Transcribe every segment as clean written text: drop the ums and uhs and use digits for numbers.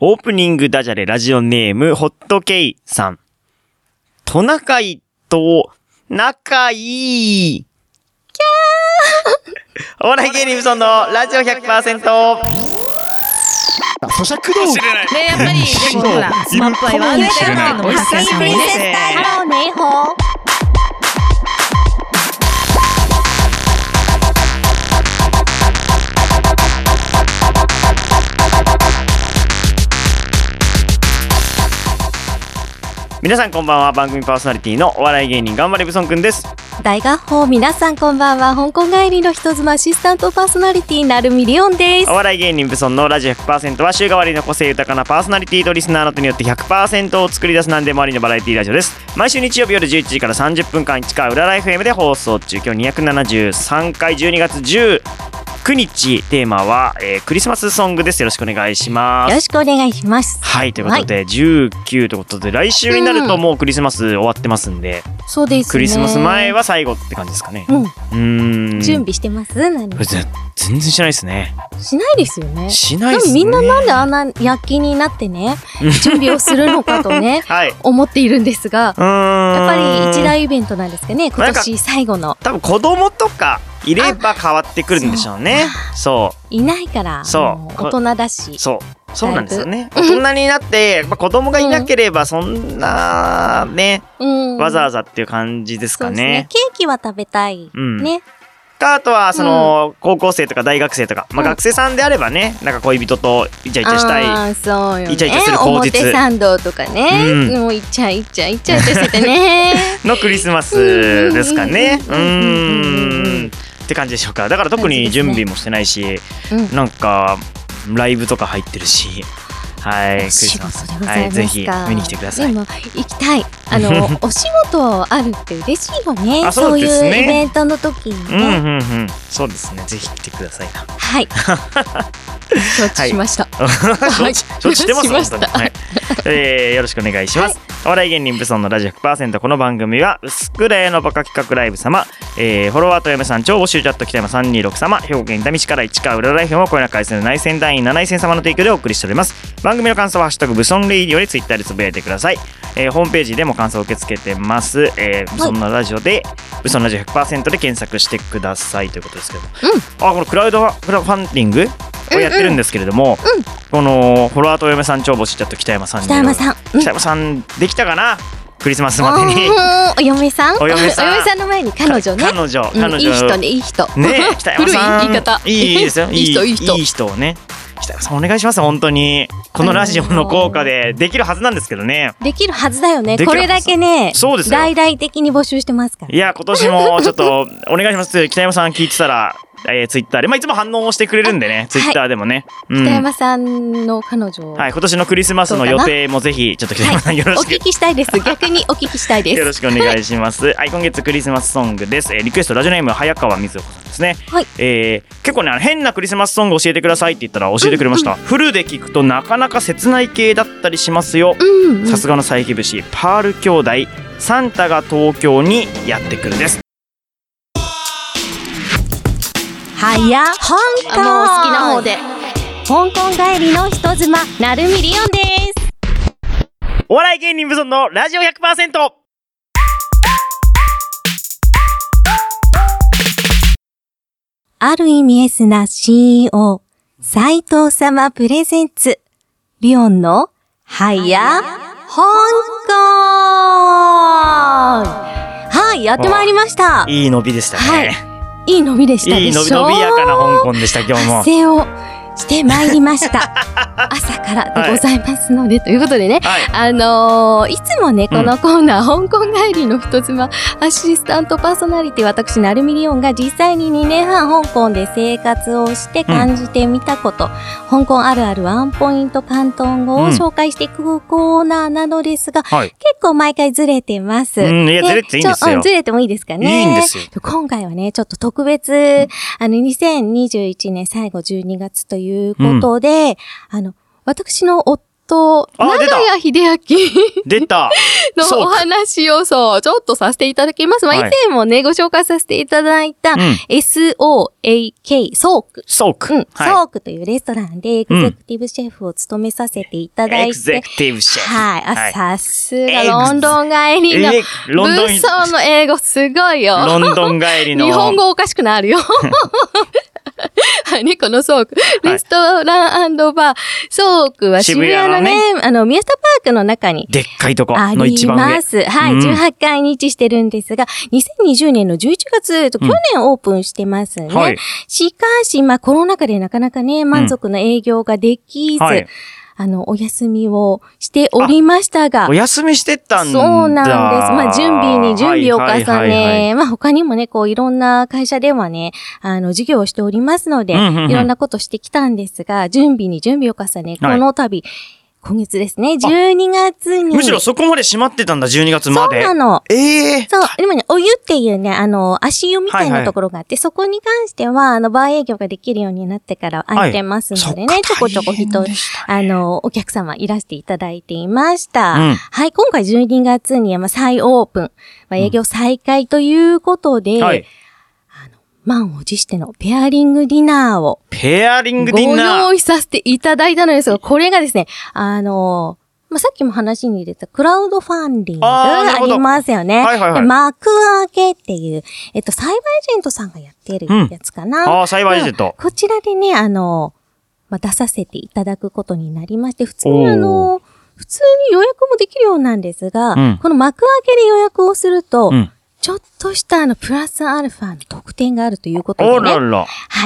オープニングダジャレラジオネーム、ホットケイさん。トナカイと仲いい。キャーお笑い芸人ブソンのラジオ 100%。 咀嚼道具。 ね、やっぱり、でもほら、スマップは言われてるのもたくさんですね。 ハローネイホー。 皆さんこんばんは。番組パーソナリティのお笑い芸人頑張れブソンくんです。 大合法、皆さんこんばんは。香港帰りの人妻アシスタントパーソナリティなるみりおんです。 お笑い芸人ブソンのラジオ 100% は週替わりの個性豊かなパーソナリティとリスナーの手によって 100% を作り出す何でもありのバラエティラジオです。毎週日曜日夜11時から30分間市川裏ライフ FM で放送中。今日273回12月19日テーマは、クリスマスソングです。よろしくお願いします。 よろしくお願いします。 はい、ということで、19ということで来週になるともうクリスマス終わってますんで、 そうですね。 クリスマス前は最後って感じですかね。 準備してます？何？ 全然しないですね。 しないですよね。 しないですね。 みんななんであんな躍起になってね準備をするのかとね、 はい、 思っているんですが、やっぱり一大イベントなんですかね、今年最後の。 多分子供とかいれば変わってくるんでしょうね。そう。 いないから、大人だし。 そうなんですよね。大人になって、子供がいなければそんなね、わざわざっていう感じですかね。 そうですね。ケーキは食べたい。ね。 あとは高校生とか大学生とか、学生さんであればね、なんか恋人とイチャイチャしたい、 そうよね、 イチャイチャする口実、 表参道とかね、もうイチャイチャしててねのクリスマスですかね。って感じでしょうか。だから特に準備もしてないし、なんかライブとか入ってるし、はい、クリスマス、はい、ぜひ見に来てください。 でも行きたい。お仕事あるって嬉しいよね。 そういうイベントの時にね。 そうですね。ぜひ来てくださいな。 はい。承知しました。 承知してます本当に。はい。よろしくお願いします。お笑い芸人ブソンのラジオ 100%。この番組は薄暗屋のバカ企画ライブ様、フォロワーと嫁さん超募集チャット北山326様、兵庫県伊丹市から市川裏ライフをこよなく愛する内戦団員7戦様の提供でお送りしております。番組の感想はハッシュタグブソンレイディオでツイッターでつぶやいてください。ホームページでも感想を受け付けてます。ブソンのラジオで、ブソンラジオ 100% で検索してくださいということですけども、このクラウドファンディングをやってるんですけれども、このフォロワーと嫁さん超募集チャット北山さんに、北山さんできたかな、クリスマスまでに。 お嫁さんの前に彼女ね。 彼女いい人ね、いい人ね。北山さん古い言い方。 いいですよ。いい人をね。北山さんお願いします本当に。このラジオの効果でできるはずなんですけどね。 できるはずだよね。これだけね、大々的に募集してますから。 いや今年もちょっとお願いします。北山さん聞いてたら。ツイッターで、いつも反応をしてくれるんでね、ツイッターでもね。 北山さんの彼女。 はい、今年のクリスマスの予定もぜひ、ちょっと北山さんよろしく。 お聞きしたいです。逆にお聞きしたいです。 よろしくお願いします。はい、今月クリスマスソングです。リクエストラジオネーム早川瑞穂さんですね。はい。結構ね、変なクリスマスソング教えてくださいって言ったら教えてくれました。フルで聞くとなかなか切ない系だったりしますよ。さすがの佐伯節、パール兄弟、サンタが東京にやってくるです。 香港、もう好きな方で香港帰りの人妻なるみりおんです。 お笑い芸人ブソンのラジオ 100%。 ある意味エスな CEO 斉藤様プレゼンツリオンの香港。はい、やってまいりました。 いい伸びでしたね。 はい、いい伸びでしたでしょ。 伸びやかな香港でした今日も。 発声をしてまいりました朝からでございますので、ということでね、いつもねこのコーナー、香港帰りの人妻アシスタントパーソナリティ私なるみりおんが実際に2年半香港で生活をして感じてみたこと、香港あるあるワンポイント広東語を紹介していくコーナーなのですが、結構毎回ずれてます。 いや、ずれていいんですよ。 ずれてもいいですかね。 いいんですよ。 今回はねちょっと特別、2021年最後12月ということで、私の夫長谷秀明出たのお話をちょっとさせていただきます。まあ、以前もね、ご紹介させていただいた、SOAK、ソーク。 ソーク。 ソークというレストランでエグゼクティブシェフを務めさせていただいて。 エグゼクティブシェフ。 はい。さすが、ロンドン帰りの、物騒の英語すごいよ。 ロンドン帰りの。 日本語おかしくなるよ。はいね、このソーク。レストラン&バー。ソークは渋谷のね、宮下パークの中に。 でっかいとこの一番上。あります。 はい。18階に位置してるんですが、2020年の11月、去年オープンしてますね。はい。しかし、まあ、コロナ禍でなかなかね、満足の営業ができず、お休みをしておりましたが。 お休みしてたんだ。 そうなんです。まあ、準備に準備を重ね、まあ、他にもね、こう、いろんな会社ではね、事業をしておりますので、いろんなことしてきたんですが、準備に準備を重ね、この度、今月ですね、12月に。 むしろそこまで閉まってたんだ、12月まで。 そうなの。そう。でもね、お湯っていうね、足湯みたいなところがあって、そこに関しては、バー営業ができるようになってから空いてますのでね、ちょこちょこお客様いらしていただいていました。はい、今回12月に再オープン、営業再開ということで、満を持してのペアリングディナーを。 ペアリングディナーご用意させていただいたのですが、これがですね、まあ、さっきも話に出たクラウドファンディングがありますよね。幕開けっていう、サイバーエージェントさんがやってるやつかな。 サイバーエージェント。 こちらでね、まあ、出させていただくことになりまして、普通に予約もできるようなんですが、この幕開けで予約をすると、ちょっとしたプラスアルファの特典があるということでね。はい。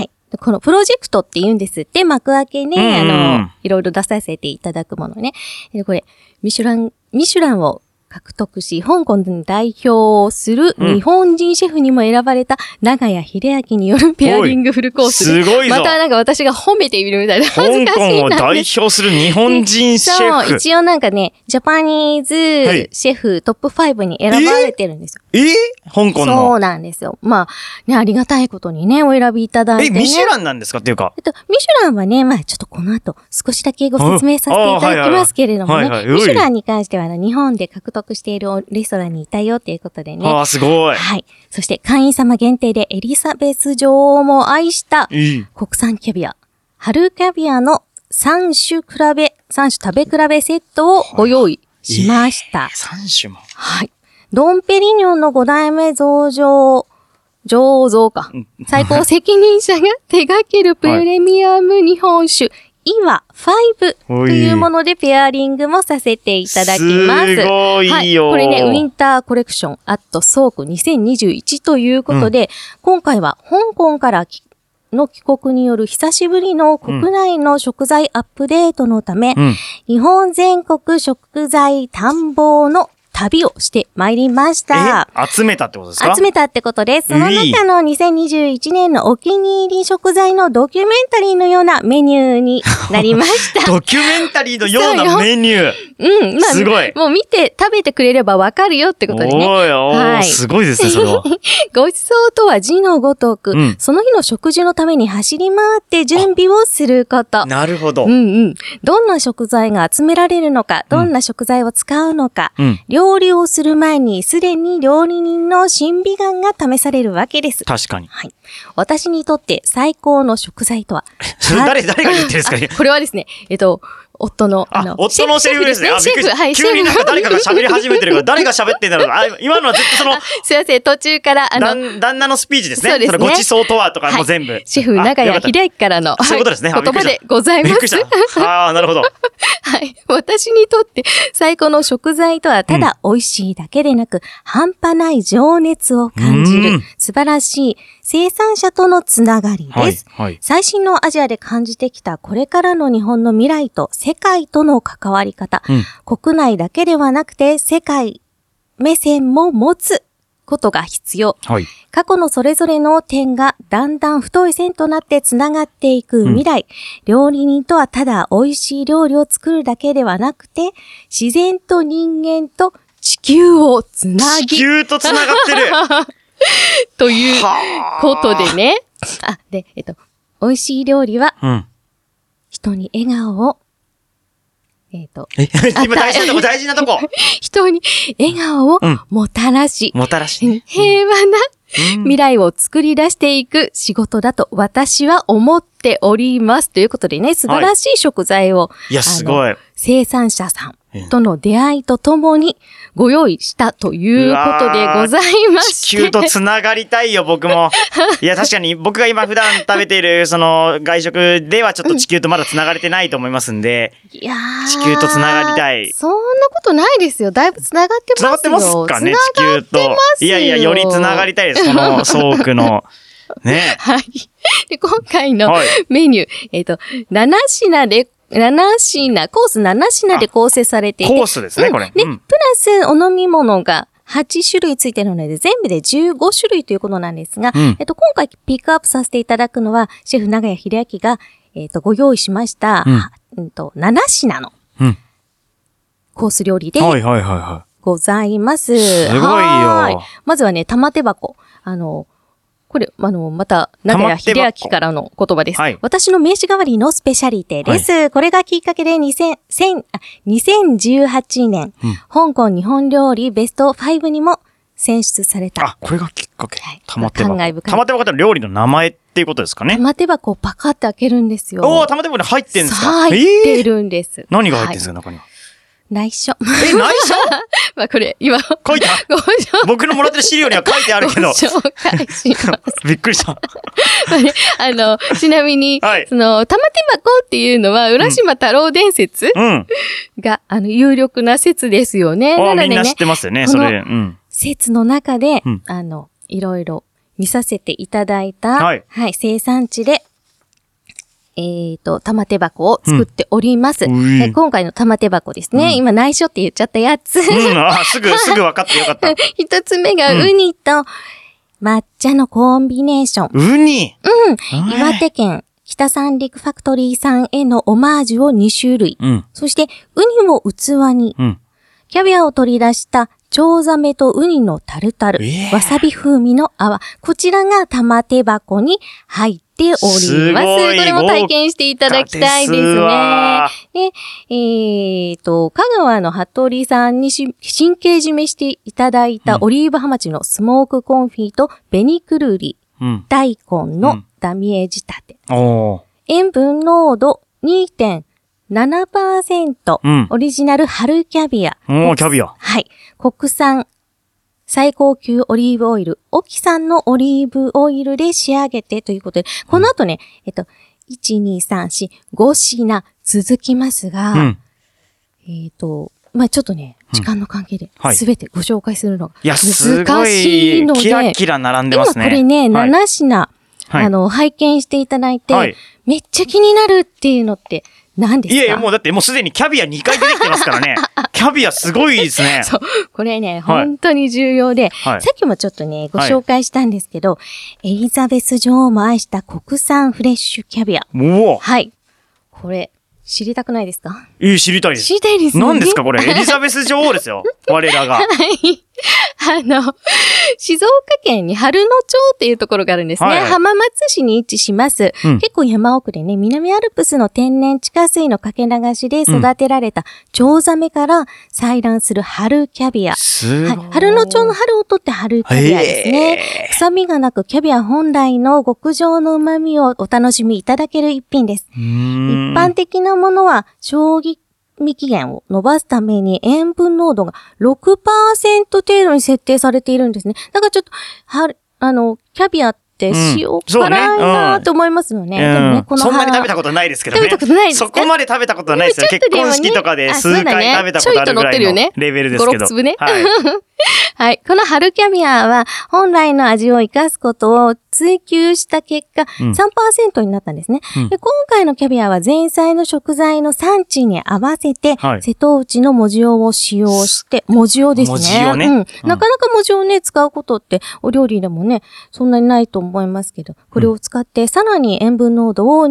このプロジェクトって言うんですって、幕開けね、いろいろ出させていただくものね。これ、ミシュランを獲得し、香港に代表する日本人シェフにも選ばれた長谷秀明によるペアリングフルコース。 すごいぞ。 またなんか私が褒めているみたいな。 香港を代表する日本人シェフ。 そう、一応なんかね、ジャパニーズシェフトップ5に選ばれてるんですよ。 香港の。 そうなんですよ。まあ、ね、ありがたいことにね、お選びいただいて、ね。 ミシュランなんですかっていうか。 ミシュランはね、まあちょっとこの後少しだけご説明させていただきますけれどもね。ミシュランに関しては日本で獲得しているレストランにいたよっていうことでね。 すごい。 はい。そして会員様限定でエリザベス女王も愛した国産キャビア、春キャビアの3種食べ比べセットをご用意しました。 3種も。 はい。ドンペリニョンの5代目醸造か。最高責任者が手掛けるプレミアム日本酒、IWA 5というものでペアリングもさせていただきます。 すごいよ。 はい。これね、ウィンターコレクションソーク2021ということで、今回は香港からの帰国による久しぶりの国内の食材アップデートのため、日本全国食材探訪の旅をしてまいりました。 集めたってことですか？ 集めたってことです。その中の2021年のお気に入り食材のドキュメンタリーのようなメニューになりました。 ドキュメンタリーのようなメニュー。まあ、すごい。 もう見て食べてくれればわかるよってことでね。 はい。すごいですね、それは。 ごちそうとは字のごとく、その日の食事のために走り回って準備をすること。 なるほど。 どんな食材が集められるのか、どんな食材を使うのか、料理をする前にすでに料理人の審美眼が試されるわけです。 確かに。 はい。私にとって最高の食材とは。 誰が言ってるんですかね。 これはですね、夫の、 夫のセリフですね。 シェフ、はい、 急になんか誰かが喋り始めてるから、誰が喋ってんだろう。今のはずっとすいません、途中から、 旦那のスピーチですね。 そうですね。 ごちそうとはとかも全部。 シェフ、長谷秀明からの、 そういうことですね。 言葉でございます。 びっくりした。なるほど。 はい。私にとって最高の食材とは、ただ美味しいだけでなく、半端ない情熱を感じる、素晴らしい生産者とのつながりです。最新のアジアで感じてきたこれからの日本の未来と世界との関わり方、国内だけではなくて世界目線も持つことが必要。過去のそれぞれの点がだんだん太い線となってつながっていく未来。料理人とはただ美味しい料理を作るだけではなくて、自然と人間と地球をつなぎ。 地球とつながってるということでね。で、美味しい料理は、人に笑顔を、 今大事なとこ。 人に笑顔をもたらし、平和な未来を作り出していく仕事だと私は思っております。ということでね、素晴らしい食材を、 すごい。 生産者さんとの出会いとともにご用意したということでございまして。 地球とつながりたいよ、僕も。いや、確かに僕が今普段食べているその外食ではちょっと地球とまだつながれてないと思いますんで、 いや地球とつながりたい。 そんなことないですよ。だいぶつながってますよ。 つながってますかね、地球と。いやいや、よりつながりたいです、その倉庫の。ね。 はい。で、今回のメニュー、7品で、コース7品で構成されていて。 コースですね、これ。 で、プラスお飲み物が8種類ついてるので、全部で15種類ということなんですが、今回ピックアップさせていただくのは、シェフ長谷秀明が、ご用意しました、7品のコース料理でございます。 すごいよ。 まずはね、玉手箱。これ、また、長谷秀明からの言葉です。私の名刺代わりのスペシャリテです。これがきっかけで2018年、香港日本料理ベスト5にも選出された。 これがきっかけ。玉手箱。玉手箱って料理の名前っていうことですかね。 玉手箱をパカって開けるんですよ。 玉手箱に入ってんですか？ 入ってるんです。 何が入ってんですか、中には。 内緒。 内緒これ、今。 書いてある。僕のもらってる資料には書いてあるけど。 紹介します。 びっくりした。 ちなみに、玉手箱っていうのは、浦島太郎伝説が、有力な説ですよね。なのでね、 みんな知ってますよね、それ。 説の中で、いろいろ見させていただいた、生産地で、玉手箱を作っております。今回の玉手箱ですね。今内緒って言っちゃったやつ。 すぐ分かってよかった。 一つ目がウニと抹茶のコンビネーション。 ウニ？ 岩手県北三陸ファクトリーさんへのオマージュを2種類。そしてウニを器に、キャビアを取り出したチョウザメとウニのタルタル、わさび風味の泡。こちらが玉手箱に入っております。これも体験していただきたいですね。で、香川の服部さんに神経締めしていただいたオリーブハマチのスモークコンフィと紅くるり、大根のダミエ仕立て。塩分濃度 2.7%、オリジナル春キャビア。 キャビア。 はい。国産最高級オリーブオイル、沖さんのオリーブオイルで仕上げてということで、この後ね、1、2、3、4、5品続きますが、ちょっとね、時間の関係で、すべてご紹介するのが難しいので、 キラキラ並んでますね。 今これね、7品、拝見していただいて、めっちゃ気になるっていうのって、何ですか？ いや、もうだってもうすでにキャビア2回出てきてますからね。キャビアすごいですね。 そう。これね、本当に重要で、さっきもちょっとね、ご紹介したんですけど、エリザベス女王も愛した国産フレッシュキャビア。はい。これ、知りたくないですか？ 知りたいです。 知りたいですね。 何ですかこれ？エリザベス女王ですよ。我らが。 はい。静岡県に春野町っていうところがあるんですね。浜松市に位置します。結構山奥でね、南アルプスの天然地下水のかけ流しで育てられたチョウザメから採卵する春キャビア。春野町の春を取って春キャビアですね。臭みがなくキャビア本来の極上の旨味をお楽しみいただける一品です。一般的なものは賞味期限を伸ばすために塩分濃度が 6% 程度に設定されているんですね。だからちょっと、キャビアって塩辛いなと思いますよね。でもね、 そんなに食べたことないですけどね。 食べたことないですか？ そこまで食べたことないですよ。結婚式とかで数回食べたことあるぐらいのレベルですけど。 5、6粒ね。はい。この春キャビアは本来の味を生かすことを追求した結果、3% になったんですね。で、今回のキャビアは前菜の食材の産地に合わせて、瀬戸内の藻塩を使用して、藻塩ですね。 藻塩ね。 なかなか藻塩をね、使うことってお料理でもね、そんなにないと思いますけど、これを使ってさらに塩分濃度を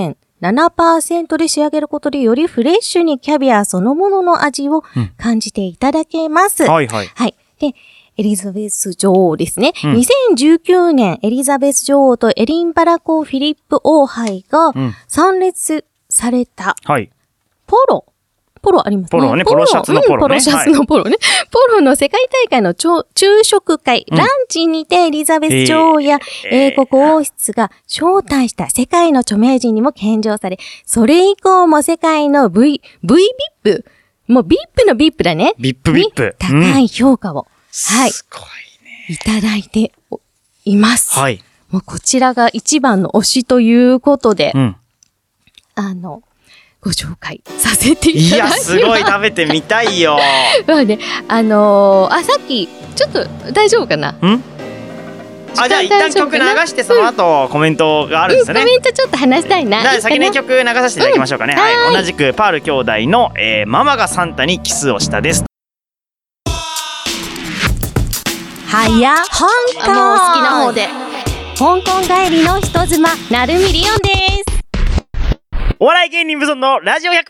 2.7% で仕上げることでよりフレッシュにキャビアそのものの味を感じていただけます。はい。で、エリザベス女王ですね。2019年、エリザベス女王とエリンバラ公フィリップ王杯が参列された、ポロポロありますね。 ポロね、ポロシャツのポロね。 ポロシャツのポロね。ポロの世界大会の昼食会、ランチにてエリザベス女王や英国王室が招待した世界の著名人にも献上され、それ以降も世界の VIP、もう VIP の VIP だね。 VIP。 高い評価を、はい。 すごいね。 いただいています。 はい。 もうこちらが一番の推しということで、ご紹介させていただきます。 いや、すごい食べてみたいよ。 まあね、さっき、ちょっと大丈夫かな？ じゃあ一旦曲流してその後コメントがあるんですよね。 コメントちょっと話したいな。 じゃあ先に曲流させていただきましょうかね。はい。同じくパール兄弟のママがサンタにキスをしたです。 はや、香港。もう好きな方で。香港帰りの人妻、なるみりおんです。 お笑い芸人ブソンのラジオ 100%。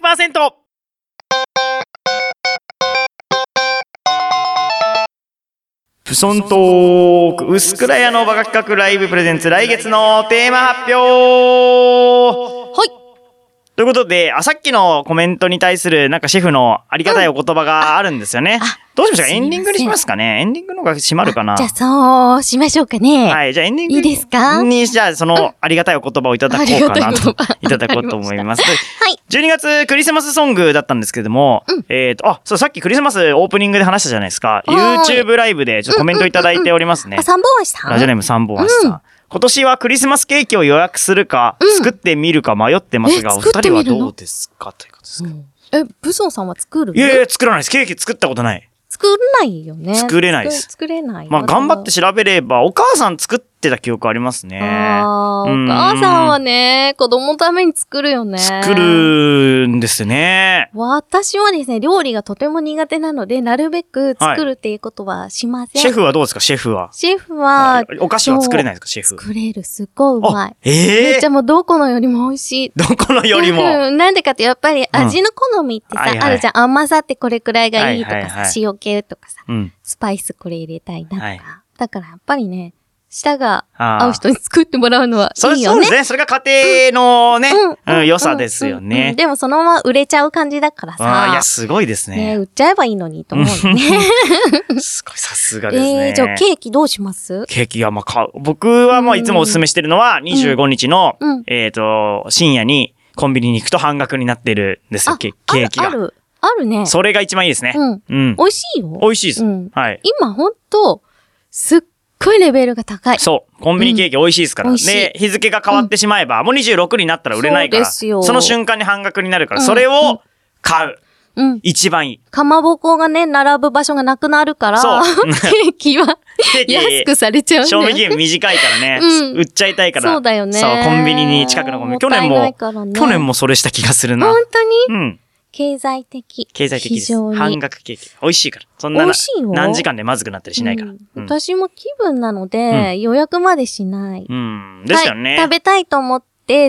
ブソントーク薄倉屋のバカ企画ライブプレゼンツ来月のテーマ発表。 はい。 ということで、さっきのコメントに対するなんかシェフのありがたいお言葉があるんですよね。どうしましょうか？エンディングにしますかね？エンディングの方が閉まるかな？ じゃあそうしましょうかね。 はい、じゃあエンディングいいですか？ に、じゃあそのありがたいお言葉をいただこうかなと、いただこうと思います。はい。12月クリスマスソングだったんですけども、そう、さっきクリスマスオープニングで話したじゃないですか。YouTube ライブでちょっとコメントいただいておりますね。 三本足さん？ ラジオネーム三本足さん。今年はクリスマスケーキを予約するか、作ってみるか迷ってますが、お二人はどうですかということですか。 ブソンさんは作る？ いやいや、作らないです。ケーキ作ったことない。 作れないよね。 作れないです。 作れない。 まあ、頑張って調べれば、お母さん作ってた記憶ありますね。 お母さんはね、子供のために作るよね。 作るんですね。 私はですね、料理がとても苦手なので、なるべく作るっていうことはしません。 シェフはどうですか？シェフは。 お菓子は作れないですか？シェフ。 作れる。すっごいうまい。 めっちゃもうどこのよりも美味しい。 どこのよりも。 なんでかってやっぱり味の好みってさ、あるじゃん。甘さってこれくらいがいいとかさ、塩気とかさ、スパイスこれ入れたいなとか。だからやっぱりね、舌が合う人に作ってもらうのはいいよね。 そうですね。それが家庭のね、良さですよね。 でもそのまま売れちゃう感じだからさ。 いや、すごいですね。 売っちゃえばいいのにと思うね。 すごい、さすがですね。 じゃあケーキどうします？ ケーキは僕はもういつもお勧めしてるのは、25日の、深夜にコンビニに行くと半額になってるんですよ、ケーキが。 あるね。 それが一番いいですね。 美味しいよ。 美味しいです。はい。 今ほんと、すっごいレベルが高い。 そう。コンビニケーキ美味しいですから。で、日付が変わってしまえば、もう26になったら売れないから、その瞬間に半額になるから、それを買う。一番いい。 かまぼこがね、並ぶ場所がなくなるから、ケーキは安くされちゃうね。 賞味期限短いからね。売っちゃいたいから。 そうだよね。 そう、コンビニに近くのコンビニ。去年もそれした気がするな。 本当に？経済的です。 半額ケーキ。美味しいから。そんな何時間でまずくなったりしないから。 私も気分なので、予約までしない。 ですよね。 食べたいと思って、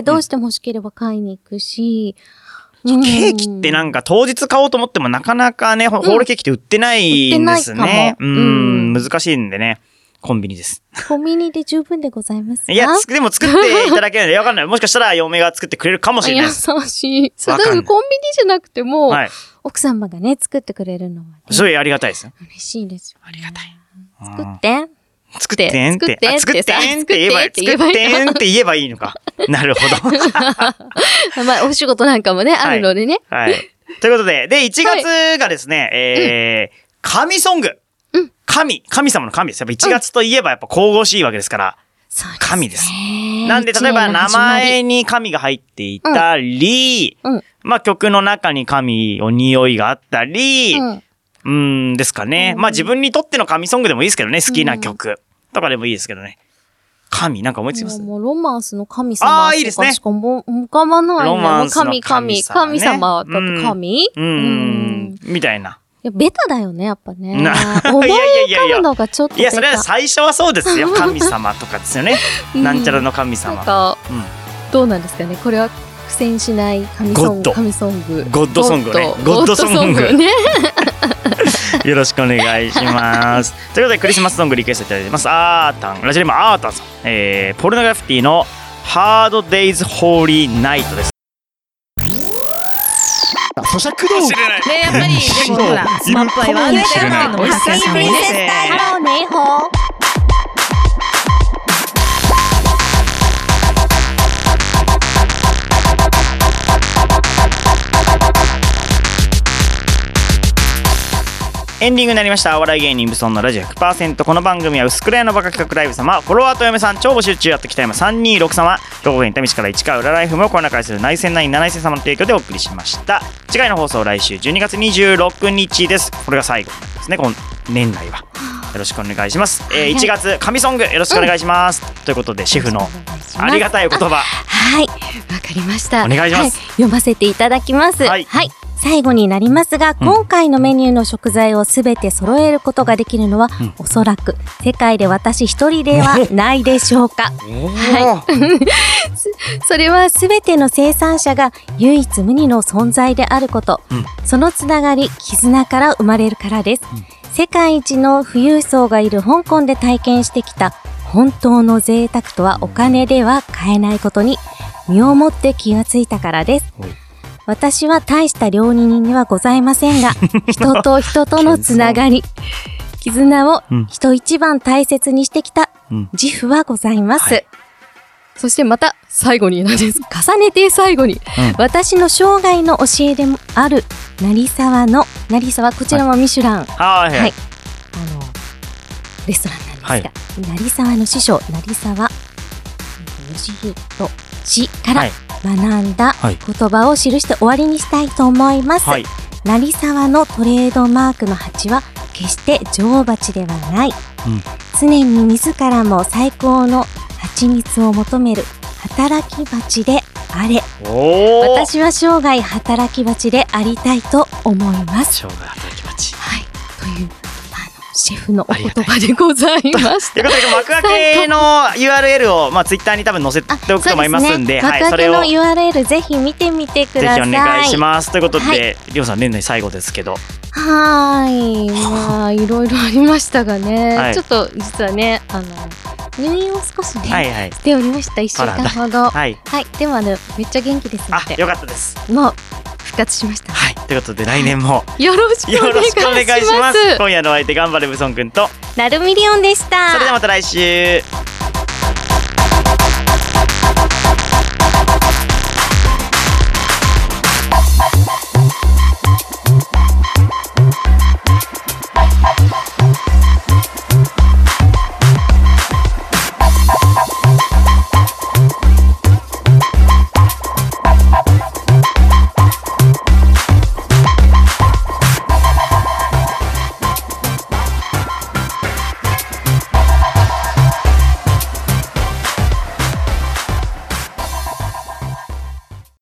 どうしても欲しければ買いに行くし、 ケーキってなんか当日買おうと思ってもなかなかね、ホールケーキって売ってないんですね。難しいんでね。コンビニです。 コンビニで十分でございますか？ いや、でも作っていただけないのでわかんない。もしかしたら嫁が作ってくれるかもしれないです。 優しい。そう、だからコンビニじゃなくても、奥様がね、作ってくれるのはね。 それありがたいですよ。 嬉しいですよ。 ありがたい。 作って。 作ってんって言えばいいのか。なるほど。 まあ、お仕事なんかもね、あるのでね。 はい。ということで、1月がですね、神ソング。神様の神です。やっぱ1月といえばやっぱ神々しいわけですから、神です。なんで、例えば名前に神が入っていたり、まあ曲の中に神の匂いがあったり、ですかね。まあ自分にとっての神ソングでもいいですけどね、好きな曲とかでもいいですけどね。神、なんか思いつきます？ もうロマンスの神様とかしかも浮かばないね。 ロマンスの神様だって神みたいな。 いや、ベタだよね、やっぱね。思い浮かぶのがちょっとベタ。 いや、それは最初はそうですよ。神様とかですよね。なんちゃらの神様。 なんか、どうなんですかね。これは苦戦しない神ソング。 ゴッドソングね。ゴッドソングね。よろしくお願いします。ということで、クリスマスソングリクエストいただいてます。ラジオネームアータンさん。ポルノグラフィティのハードデイズホーリーナイトです。 咀嚼道具。 ね、やっぱりでもほらスマップは言われてるのもお久しぶりです。 ハローネイホー。 エンディングになりました。お笑い芸人ブソンのラジオ 100%。 この番組は薄暗いのバカ企画ライブ様、フォロワーと嫁さん超募集中、やって北山326様、兵庫県伊丹市から市川裏ライフもコロナ禍する内戦ナイン7世様の提供でお送りしました。次回の放送来週12月26日です。これが最後ですね、この年内は。よろしくお願いします。1月神ソングよろしくお願いします。ということでシェフのありがたいお言葉、 はい、わかりました。 お願いします。 読ませていただきます。はい。最後になりますが、今回のメニューの食材をすべて揃えることができるのは、おそらく世界で私一人ではないでしょうか。はい。それはすべての生産者が唯一無二の存在であること、そのつながり、絆から生まれるからです。世界一の富裕層がいる香港で体験してきた本当の贅沢とはお金では買えないことに身をもって気がついたからです。私は大した料理人にはございませんが、人と人とのつながり、絆を人一番大切にしてきた自負はございます。はい、そしてまた最後になんです。重ねて最後に、私の生涯の教えでもある成沢、こちらもミシュラン、はいレストランなんですが、成沢の師匠、成沢義弘氏から学んだ言葉を記して終わりにしたいと思います。成沢のトレードマークの蜂は決して女王蜂ではない。常に自らも最高の蜂蜜を求める働き蜂であれ。私は生涯働き蜂でありたいと思います。 生涯働き蜂。 はい。というシェフのお言葉でございました。 ということで幕開けの URL をツイッターに多分載せておくと思いますんで、 幕開けの URL ぜひ見てみてください。 ぜひお願いします。ということで、りょうさん年内最後ですけど。 はい、いろいろありましたがね、ちょっと実はね入院を少しねしておりました。1週間ほど。はい。でもめっちゃ元気ですので。 よかったです。 もう復活しました。 はい。ということで来年もよろしくお願いします。 今夜のお相手頑張れブソンくんとなるみりおんでした。 それではまた来週。